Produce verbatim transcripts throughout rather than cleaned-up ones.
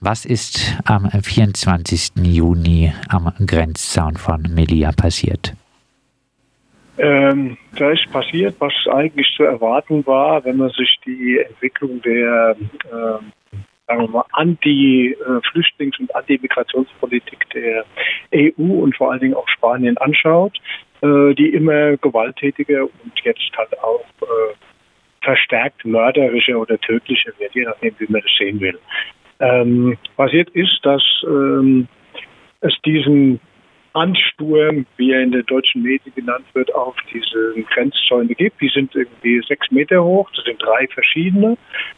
Was ist am vierundzwanzigsten Juni am Grenzzaun von Melilla passiert? Ähm, da ist passiert, was eigentlich zu erwarten war, wenn man sich die Entwicklung der äh, sagen wir mal, Anti-Flüchtlings- und Anti-Migrationspolitik der E U und vor allen Dingen auch Spanien anschaut, äh, die immer gewalttätiger und jetzt halt auch äh, verstärkt mörderischer oder tödlicher wird, je nachdem, wie man das sehen will. Ähm, passiert ist, dass ähm, es diesen Ansturm, wie er in den deutschen Medien genannt wird, auf diese Grenzzäune gibt. Die sind irgendwie sechs Meter hoch, das sind drei verschiedene.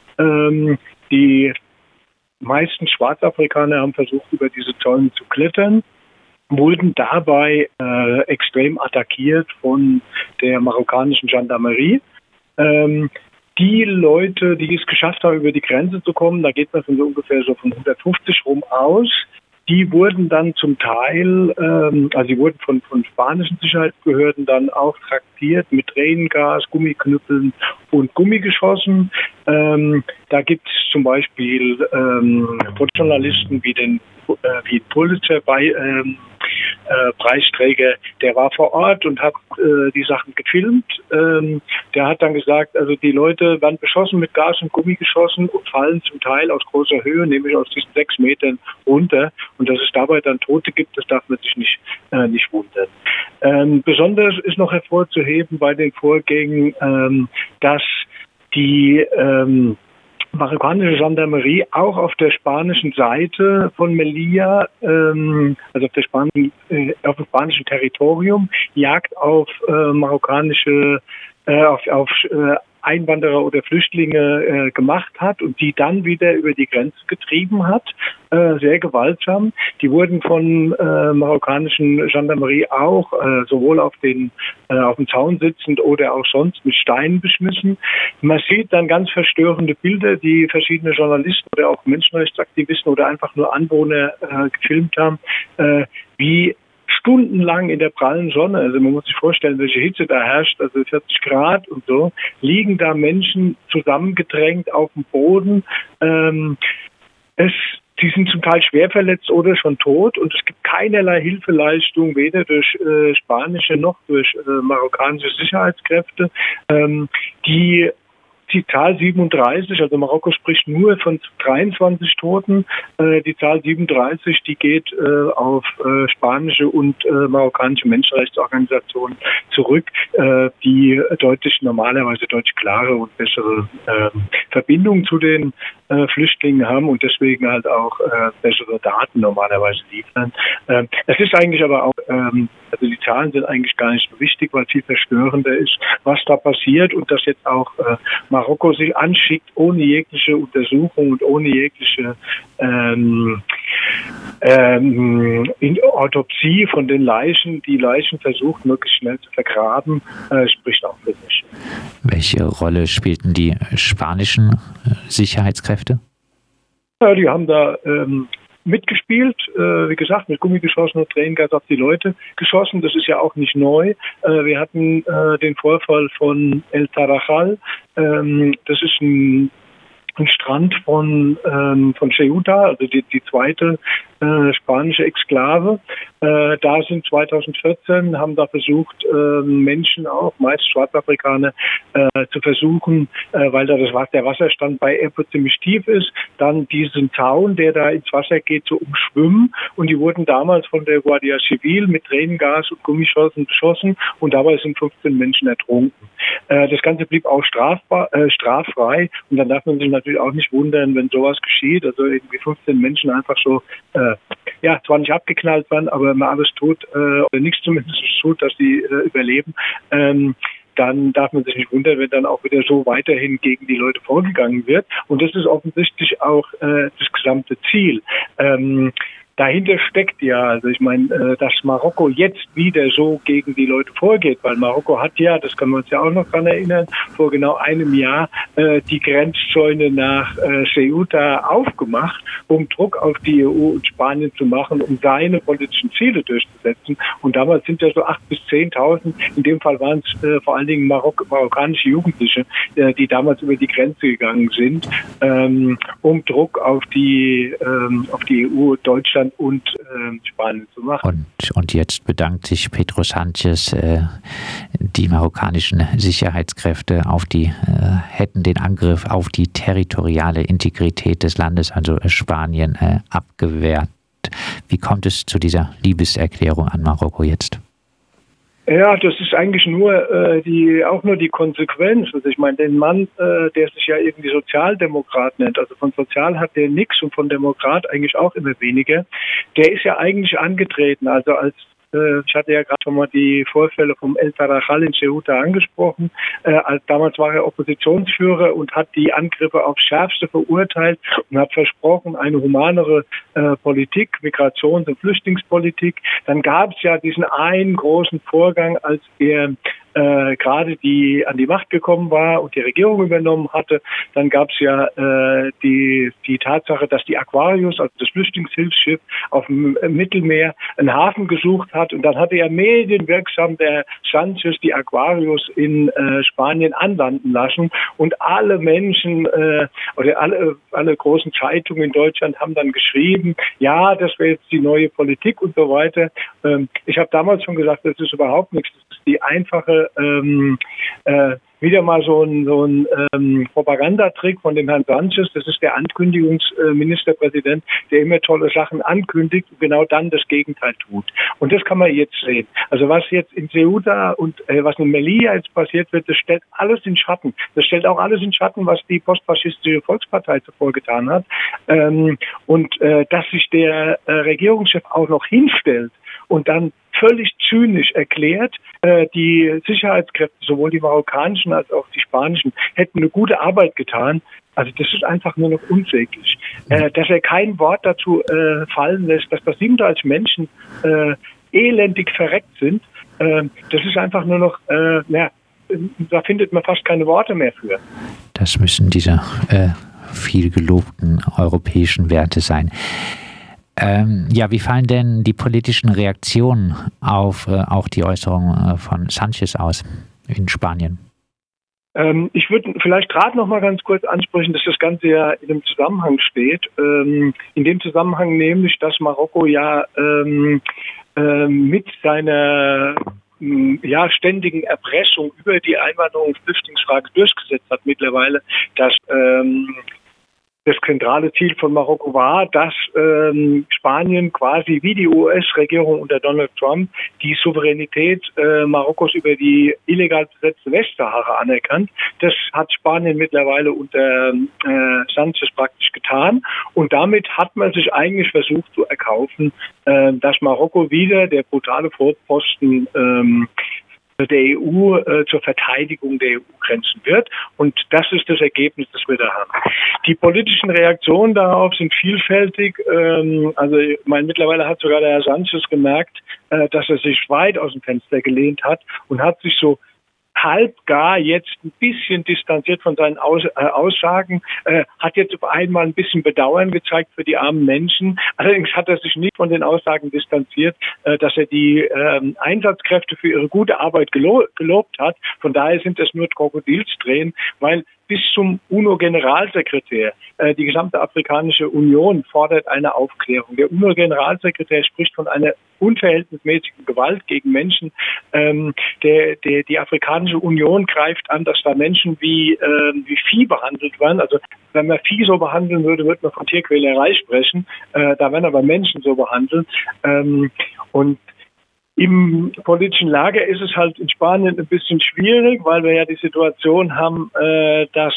Ähm, die meisten Schwarzafrikaner haben versucht, über diese Zäune zu klettern, wurden dabei äh, extrem attackiert von der marokkanischen Gendarmerie. Ähm, die Leute, die es geschafft haben, über die Grenze zu kommen, da geht man von so ungefähr so von hundertfünfzig rum aus, die wurden dann zum Teil, ähm, also die wurden von, von spanischen Sicherheitsbehörden dann auch traktiert mit Tränengas, Gummiknüppeln und Gummigeschossen. Ähm, da gibt es zum Beispiel ähm, Fotojournalisten wie den äh, wie Pulitzer bei ähm, äh, Preisträger, der war vor Ort und hat äh, die Sachen gefilmt. Ähm, der hat dann gesagt, also die Leute werden beschossen mit Gas und Gummigeschossen und fallen zum Teil aus großer Höhe, nämlich aus diesen sechs Metern runter. Und dass es dabei dann Tote gibt, das darf man sich nicht, äh, nicht wundern. Ähm, besonders ist noch hervorzuheben bei den Vorgängen, ähm, dass die ähm, marokkanische Gendarmerie auch auf der spanischen Seite von Melilla, ähm, also auf, der Span- äh, auf dem spanischen Territorium, Jagd auf äh, marokkanische, äh, auf, auf äh, Einwanderer oder Flüchtlinge äh, gemacht hat und die dann wieder über die Grenze getrieben hat, äh, sehr gewaltsam. Die wurden von äh, marokkanischen Gendarmerie auch äh, sowohl auf den äh, auf dem Zaun sitzend oder auch sonst mit Steinen beschmissen. Man sieht dann ganz verstörende Bilder, die verschiedene Journalisten oder auch Menschenrechtsaktivisten oder einfach nur Anwohner äh, gefilmt haben, äh, wie stundenlang in der prallen Sonne, also man muss sich vorstellen, welche Hitze da herrscht, also vierzig Grad und so, liegen da Menschen zusammengedrängt auf dem Boden. Ähm, es, die sind zum Teil schwer verletzt oder schon tot und es gibt keinerlei Hilfeleistung, weder durch äh, spanische noch durch äh, marokkanische Sicherheitskräfte. Ähm, die Die Zahl siebenunddreißig, also Marokko spricht nur von dreiundzwanzig Toten. Äh, die Zahl siebenunddreißig, die geht äh, auf äh, spanische und äh, marokkanische Menschenrechtsorganisationen zurück, äh, die deutlich normalerweise deutlich klare und bessere äh, Verbindungen zu den äh, Flüchtlingen haben und deswegen halt auch äh, bessere Daten normalerweise liefern. Ähm, es ist eigentlich aber auch, ähm, also die Zahlen sind eigentlich gar nicht so wichtig, weil viel verstörender ist, was da passiert und dass jetzt auch äh, Marokko sich anschickt, ohne jegliche Untersuchung und ohne jegliche ähm, ähm, in Autopsie von den Leichen, die Leichen versucht, möglichst schnell zu vergraben, äh, spricht auch für sich. Welche Rolle spielten die spanischen Sicherheitskräfte? Ja, die haben da ähm, mitgespielt, äh, wie gesagt, mit Gummigeschossen und Tränengas auf die Leute geschossen. Das ist ja auch nicht neu. Äh, wir hatten äh, den Vorfall von El Tarajal. Ähm, das ist ein, ein Strand von, ähm, von Ceuta, also die, die zweite äh, spanische Exklave. Äh, da sind zweitausendvierzehn, haben da versucht, äh, Menschen auch, meist Schwarzafrikaner, äh, zu versuchen, äh, weil da das, der Wasserstand bei Ebbe ziemlich tief ist, dann diesen Zaun, der da ins Wasser geht, zu umschwimmen. Und die wurden damals von der Guardia Civil mit Tränengas und Gummigeschossen beschossen und dabei sind fünfzehn Menschen ertrunken. Äh, das Ganze blieb auch strafbar, äh, straffrei und dann darf man sich natürlich auch nicht wundern, wenn sowas geschieht. Also irgendwie fünfzehn Menschen einfach so, äh, ja, zwar nicht abgeknallt werden, aber man alles tut, äh, oder nichts zumindest tut, dass die äh, überleben. Ähm, dann darf man sich nicht wundern, wenn dann auch wieder so weiterhin gegen die Leute vorgegangen wird. Und das ist offensichtlich auch äh, das gesamte Ziel. Ähm, dahinter steckt ja, also ich meine, dass Marokko jetzt wieder so gegen die Leute vorgeht, weil Marokko hat ja, das können wir uns ja auch noch dran erinnern, vor genau einem Jahr die Grenzzäune nach Ceuta aufgemacht, um Druck auf die E U und Spanien zu machen, um seine politischen Ziele durchzusetzen. Und damals sind ja so acht bis zehntausend, in dem Fall waren es vor allen Dingen Marok- marokkanische Jugendliche, die damals über die Grenze gegangen sind, um Druck auf die, auf die E U, Deutschland und äh, Spanien zu machen. Und, und jetzt bedankt sich Pedro Sanchez, äh, die marokkanischen Sicherheitskräfte auf die, äh, hätten den Angriff auf die territoriale Integrität des Landes, also Spanien, äh, abgewehrt. Wie kommt es zu dieser Liebeserklärung an Marokko jetzt? Ja, das ist eigentlich nur äh, die auch nur die Konsequenz. Also ich meine, den Mann, äh, der sich ja irgendwie Sozialdemokrat nennt, also von Sozial hat der nichts und von Demokrat eigentlich auch immer weniger, der ist ja eigentlich angetreten, also als ich hatte ja gerade schon mal die Vorfälle vom El Tarajal in Ceuta angesprochen. Äh, als damals war er Oppositionsführer und hat die Angriffe aufs Schärfste verurteilt und hat versprochen, eine humanere äh, Politik, Migrations- und Flüchtlingspolitik. Dann gab es ja diesen einen großen Vorgang, als er äh, gerade die an die Macht gekommen war und die Regierung übernommen hatte. Dann gab es ja äh, die die Tatsache, dass die Aquarius, also das Flüchtlingshilfsschiff, auf dem Mittelmeer einen Hafen gesucht hat. Und dann hatte ja medienwirksam der Sanchez die Aquarius in äh, Spanien anlanden lassen. Und alle Menschen äh, oder alle alle großen Zeitungen in Deutschland haben dann geschrieben, ja, das wäre jetzt die neue Politik und so weiter. Ähm, ich habe damals schon gesagt, das ist überhaupt nichts. Das ist die einfache Ähm, äh, wieder mal so ein, so ein ähm, Propagandatrick von dem Herrn Sanchez. Das ist der Ankündigungsministerpräsident, der immer tolle Sachen ankündigt und genau dann das Gegenteil tut. Und das kann man jetzt sehen. Also was jetzt in Ceuta und äh, was in Melilla jetzt passiert wird, das stellt alles in Schatten. Das stellt auch alles in Schatten, was die postfaschistische Volkspartei zuvor getan hat. Ähm, und äh, dass sich der äh, Regierungschef auch noch hinstellt und dann völlig zynisch erklärt, äh, die Sicherheitskräfte, sowohl die marokkanischen als auch die spanischen, hätten eine gute Arbeit getan. Also das ist einfach nur noch unsäglich. Äh, dass er kein Wort dazu äh, fallen lässt, dass das siebenunddreißig Menschen äh, elendig verreckt sind, äh, das ist einfach nur noch, äh, ja, da findet man fast keine Worte mehr für. Das müssen diese äh, viel gelobten europäischen Werte sein. Ähm, ja, wie fallen denn die politischen Reaktionen auf äh, auch die Äußerung äh, von Sanchez aus in Spanien? Ähm, ich würde vielleicht gerade noch mal ganz kurz ansprechen, dass das Ganze ja in einem Zusammenhang steht. Ähm, in dem Zusammenhang nämlich, dass Marokko ja ähm, äh, mit seiner ja, ständigen Erpressung über die Einwanderung und Flüchtlingsfrage durchgesetzt hat mittlerweile, dass ähm, das zentrale Ziel von Marokko war, dass ähm, Spanien quasi wie die U S-Regierung unter Donald Trump die Souveränität äh, Marokkos über die illegal besetzte Westsahara anerkannt. Das hat Spanien mittlerweile unter äh, Sanchez praktisch getan. Und damit hat man sich eigentlich versucht zu erkaufen, äh, dass Marokko wieder der brutale Vorposten ähm, der E U äh, zur Verteidigung der E U-Grenzen wird. Und das ist das Ergebnis, das wir da haben. Die politischen Reaktionen darauf sind vielfältig. Ähm, also ich meine, mittlerweile hat sogar der Herr Sanchez gemerkt, äh, dass er sich weit aus dem Fenster gelehnt hat und hat sich so halb gar jetzt ein bisschen distanziert von seinen Aus, äh, Aussagen, äh, hat jetzt auf einmal ein bisschen Bedauern gezeigt für die armen Menschen. Allerdings hat er sich nicht von den Aussagen distanziert, äh, dass er die äh, Einsatzkräfte für ihre gute Arbeit gelo- gelobt hat. Von daher sind das nur Krokodilstränen, weil bis zum UNO-Generalsekretär, äh, die gesamte Afrikanische Union fordert eine Aufklärung. Der UNO-Generalsekretär spricht von einer unverhältnismäßigen Gewalt gegen Menschen. Ähm, der, der, die Afrikanische Union greift an, dass da Menschen wie, äh, wie Vieh behandelt werden. Also wenn man Vieh so behandeln würde, würde man von Tierquälerei sprechen. Äh, da werden aber Menschen so behandelt. Ähm, und im politischen Lager ist es halt in Spanien ein bisschen schwierig, weil wir ja die Situation haben, äh, dass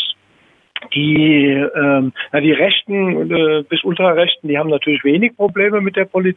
die, ähm, na, die Rechten äh, bis Ultrarechten, die haben natürlich wenig Probleme mit der Politik.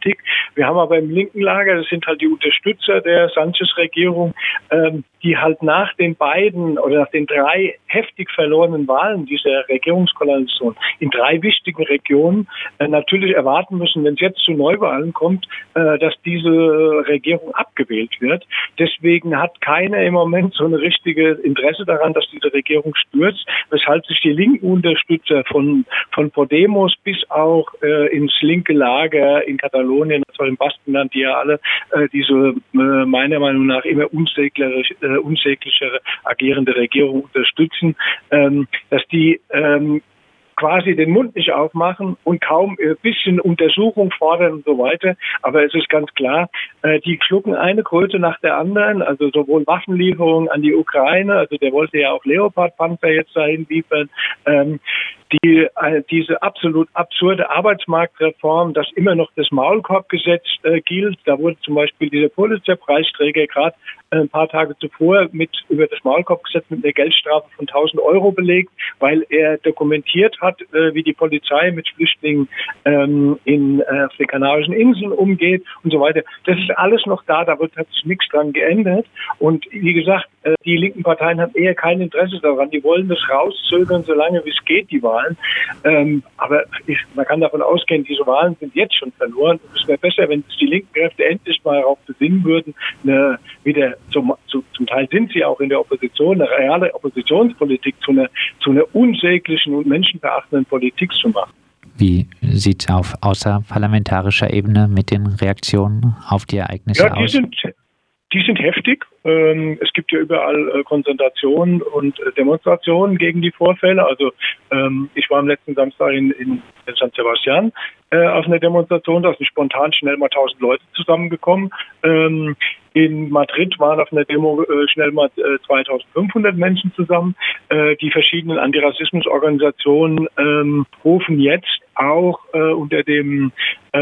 Wir haben aber im linken Lager, das sind halt die Unterstützer der Sanchez-Regierung, ähm, die halt nach den beiden oder nach den drei heftig verlorenen Wahlen dieser Regierungskoalition in drei wichtigen Regionen äh, natürlich erwarten müssen, wenn es jetzt zu Neuwahlen kommt, äh, dass diese Regierung abgewählt wird. Deswegen hat keiner im Moment so ein richtiges Interesse daran, dass diese Regierung stürzt, weshalb sich die linken Unterstützer von, von Podemos bis auch äh, ins linke Lager in Katalonien, also im Baskenland, die ja alle äh, diese äh, meiner Meinung nach immer unsäglichere, äh, unsäglichere agierende Regierung unterstützen, ähm, dass die ähm, quasi den Mund nicht aufmachen und kaum ein bisschen Untersuchung fordern und so weiter. Aber es ist ganz klar, äh, die schlucken eine Kröte nach der anderen, also sowohl Waffenlieferungen an die Ukraine, also der wollte ja auch Leopard-Panzer jetzt dahin liefern, ähm, die, äh, diese absolut absurde Arbeitsmarktreform, dass immer noch das Maulkorbgesetz äh, gilt. Da wurde zum Beispiel dieser Pulitzer-Preisträger gerade äh, ein paar Tage zuvor mit über das Maulkorbgesetz mit einer Geldstrafe von tausend Euro belegt, weil er dokumentiert hat, äh, wie die Polizei mit Flüchtlingen ähm, in, äh, auf den Kanarischen Inseln umgeht und so weiter. Das ist alles noch da, da wird, hat sich nichts dran geändert. Und wie gesagt, äh, die linken Parteien haben eher kein Interesse daran. Die wollen das rauszögern, solange wie es geht, die Wahlen. Ähm, aber ich, man kann davon ausgehen, diese Wahlen sind jetzt schon verloren. Es wäre besser, wenn sich die linken Kräfte endlich mal darauf besinnen würden, eine, wieder zum, zu, zum Teil sind sie auch in der Opposition, eine reale Oppositionspolitik zu einer, zu einer unsäglichen und menschenverachtenden Politik zu machen. Wie sieht es auf außerparlamentarischer Ebene mit den Reaktionen auf die Ereignisse ja, die aus? Sind, die sind heftig. Ähm, es gibt ja überall äh, Konzentrationen und äh, Demonstrationen gegen die Vorfälle. Also ähm, ich war am letzten Samstag in, in San Sebastian äh, auf einer Demonstration, da sind spontan schnell mal tausend Leute zusammengekommen. Ähm, in Madrid waren auf einer Demo äh, schnell mal äh, zweitausendfünfhundert Menschen zusammen. Äh, die verschiedenen Antirassismusorganisationen ähm, rufen jetzt auch äh, unter dem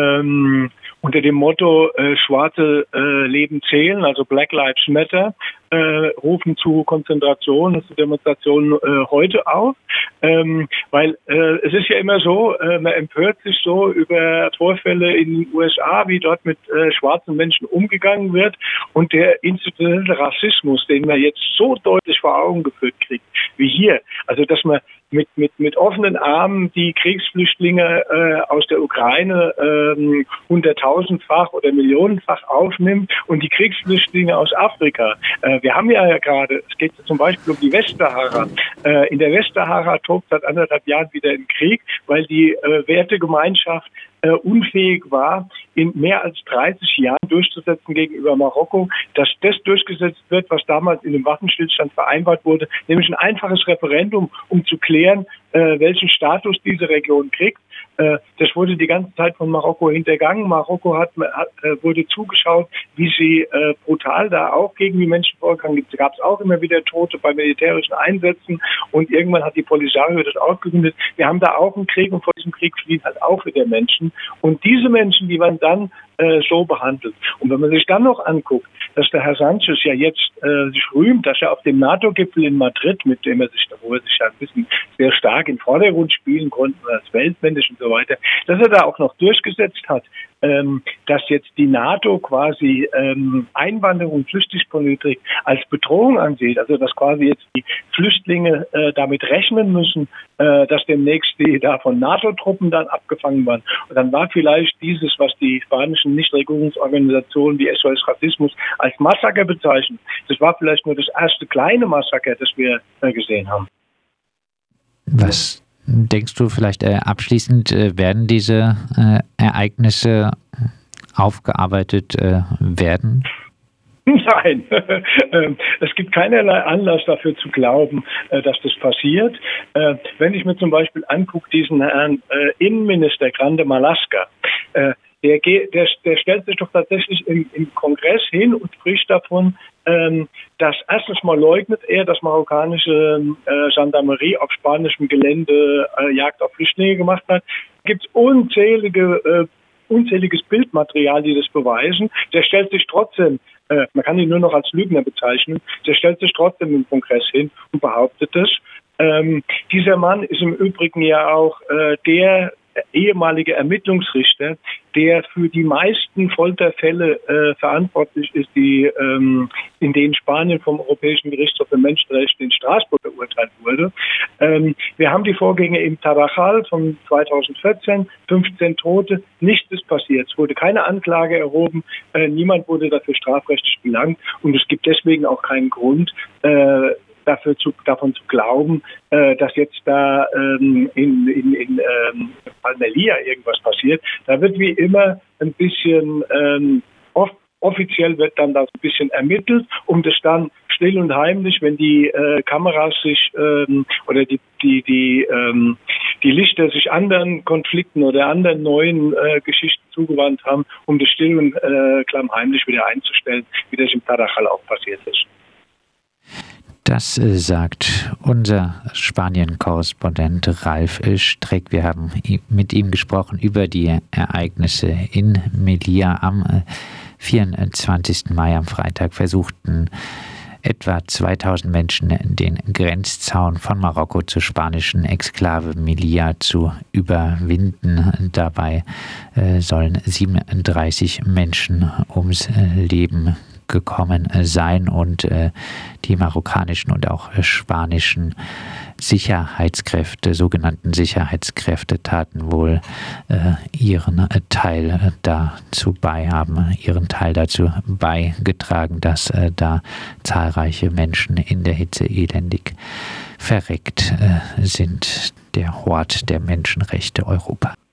ähm, unter dem Motto äh, schwarze äh, Leben zählen, also Black Lives Matter, äh, rufen zu Konzentrationen, zu Demonstrationen äh, heute auf, ähm, weil äh, es ist ja immer so, äh, man empört sich so über Vorfälle in den U S A, wie dort mit äh, schwarzen Menschen umgegangen wird und der institutionelle Rassismus, den man jetzt so deutlich vor Augen geführt kriegt, wie hier, also dass man mit mit mit offenen Armen die Kriegsflüchtlinge äh, aus der Ukraine ähm, hunderttausendfach oder millionenfach aufnimmt und die Kriegsflüchtlinge aus Afrika. Äh, wir haben ja gerade, es geht zum Beispiel um die Westsahara. Äh, in der Westsahara tobt seit anderthalb Jahren wieder ein Krieg, weil die äh, Wertegemeinschaft äh, unfähig war, in mehr als dreißig Jahren durchzusetzen gegenüber Marokko, dass das durchgesetzt wird, was damals in dem Waffenstillstand vereinbart wurde, nämlich ein einfaches Referendum, um zu klären, äh, welchen Status diese Region kriegt. Äh, das wurde die ganze Zeit von Marokko hintergangen. Marokko hat, hat äh, wurde zugeschaut, wie sie äh, brutal da auch gegen die Menschen vorgegangen sind. Da gab es auch immer wieder Tote bei militärischen Einsätzen und irgendwann hat die Polisario das ausgegründet. Wir haben da auch einen Krieg und vor diesem Krieg fliehen halt auch wieder Menschen. Und diese Menschen, die werden dann äh, so behandelt. Und wenn man sich dann noch anguckt, dass der Herr Sanchez ja jetzt äh, sich rühmt, dass er auf dem NATO-Gipfel in Madrid, mit dem er sich, wo er sich ja ein bisschen sehr stark in Vordergrund spielen konnte, als weltmännisch und so weiter, dass er da auch noch durchgesetzt hat, ähm, dass jetzt die NATO quasi ähm, Einwanderung und Flüchtlingspolitik als Bedrohung ansieht, also dass quasi jetzt die Flüchtlinge äh, damit rechnen müssen, äh, dass demnächst die da von NATO-Truppen dann abgefangen waren. Und dann war vielleicht dieses, was die spanischen Nichtregierungsorganisationen wie S O S Rassismus als Massaker bezeichnen, das war vielleicht nur das erste kleine Massaker, das wir äh, gesehen haben. Was denkst du vielleicht äh, abschließend, äh, werden diese äh, Ereignisse aufgearbeitet äh, werden? Nein, es gibt keinerlei Anlass dafür zu glauben, dass das passiert. Wenn ich mir zum Beispiel angucke, diesen Herrn Innenminister Grande Marlaska, der, der, der stellt sich doch tatsächlich im, im Kongress hin und spricht davon, dass erstens mal leugnet er, dass marokkanische Gendarmerie auf spanischem Gelände Jagd auf Flüchtlinge gemacht hat. Es gibt unzählige unzähliges Bildmaterial, die das beweisen. Der stellt sich trotzdem, äh, man kann ihn nur noch als Lügner bezeichnen, der stellt sich trotzdem im Kongress hin und behauptet das. Ähm, dieser Mann ist im Übrigen ja auch äh, der ehemalige Ermittlungsrichter, der für die meisten Folterfälle äh, verantwortlich ist, die ähm, in denen Spanien vom Europäischen Gerichtshof für Menschenrechte in Straßburg verurteilt wurde. Ähm, wir haben die Vorgänge im Tarajal von zweitausendvierzehn, fünfzehn Tote, nichts ist passiert. Es wurde keine Anklage erhoben, äh, niemand wurde dafür strafrechtlich belangt und es gibt deswegen auch keinen Grund, äh, dafür zu, davon zu glauben, äh, dass jetzt da ähm, in, in, in ähm, Melilla irgendwas passiert. Da wird wie immer ein bisschen, ähm, off, offiziell wird dann da ein bisschen ermittelt, um das dann still und heimlich, wenn die äh, Kameras sich ähm, oder die die die ähm, die Lichter sich anderen Konflikten oder anderen neuen äh, Geschichten zugewandt haben, um das still und äh, klammheimlich wieder einzustellen, wie das im Tarajal auch passiert ist. Das sagt unser Spanien-Korrespondent Ralf Streck. Wir haben mit ihm gesprochen über die Ereignisse in Melilla. Am vierundzwanzigsten Mai, am Freitag, versuchten etwa zweitausend Menschen den Grenzzaun von Marokko zur spanischen Exklave Melilla zu überwinden. Dabei äh, sollen siebenunddreißig Menschen ums Leben gekommen sein und äh, die marokkanischen und auch äh, spanischen Sicherheitskräfte, sogenannten Sicherheitskräfte, taten wohl äh, ihren äh, Teil äh, dazu bei, haben ihren Teil dazu beigetragen, dass äh, da zahlreiche Menschen in der Hitze elendig verreckt äh, sind. Der Hort der Menschenrechte Europa.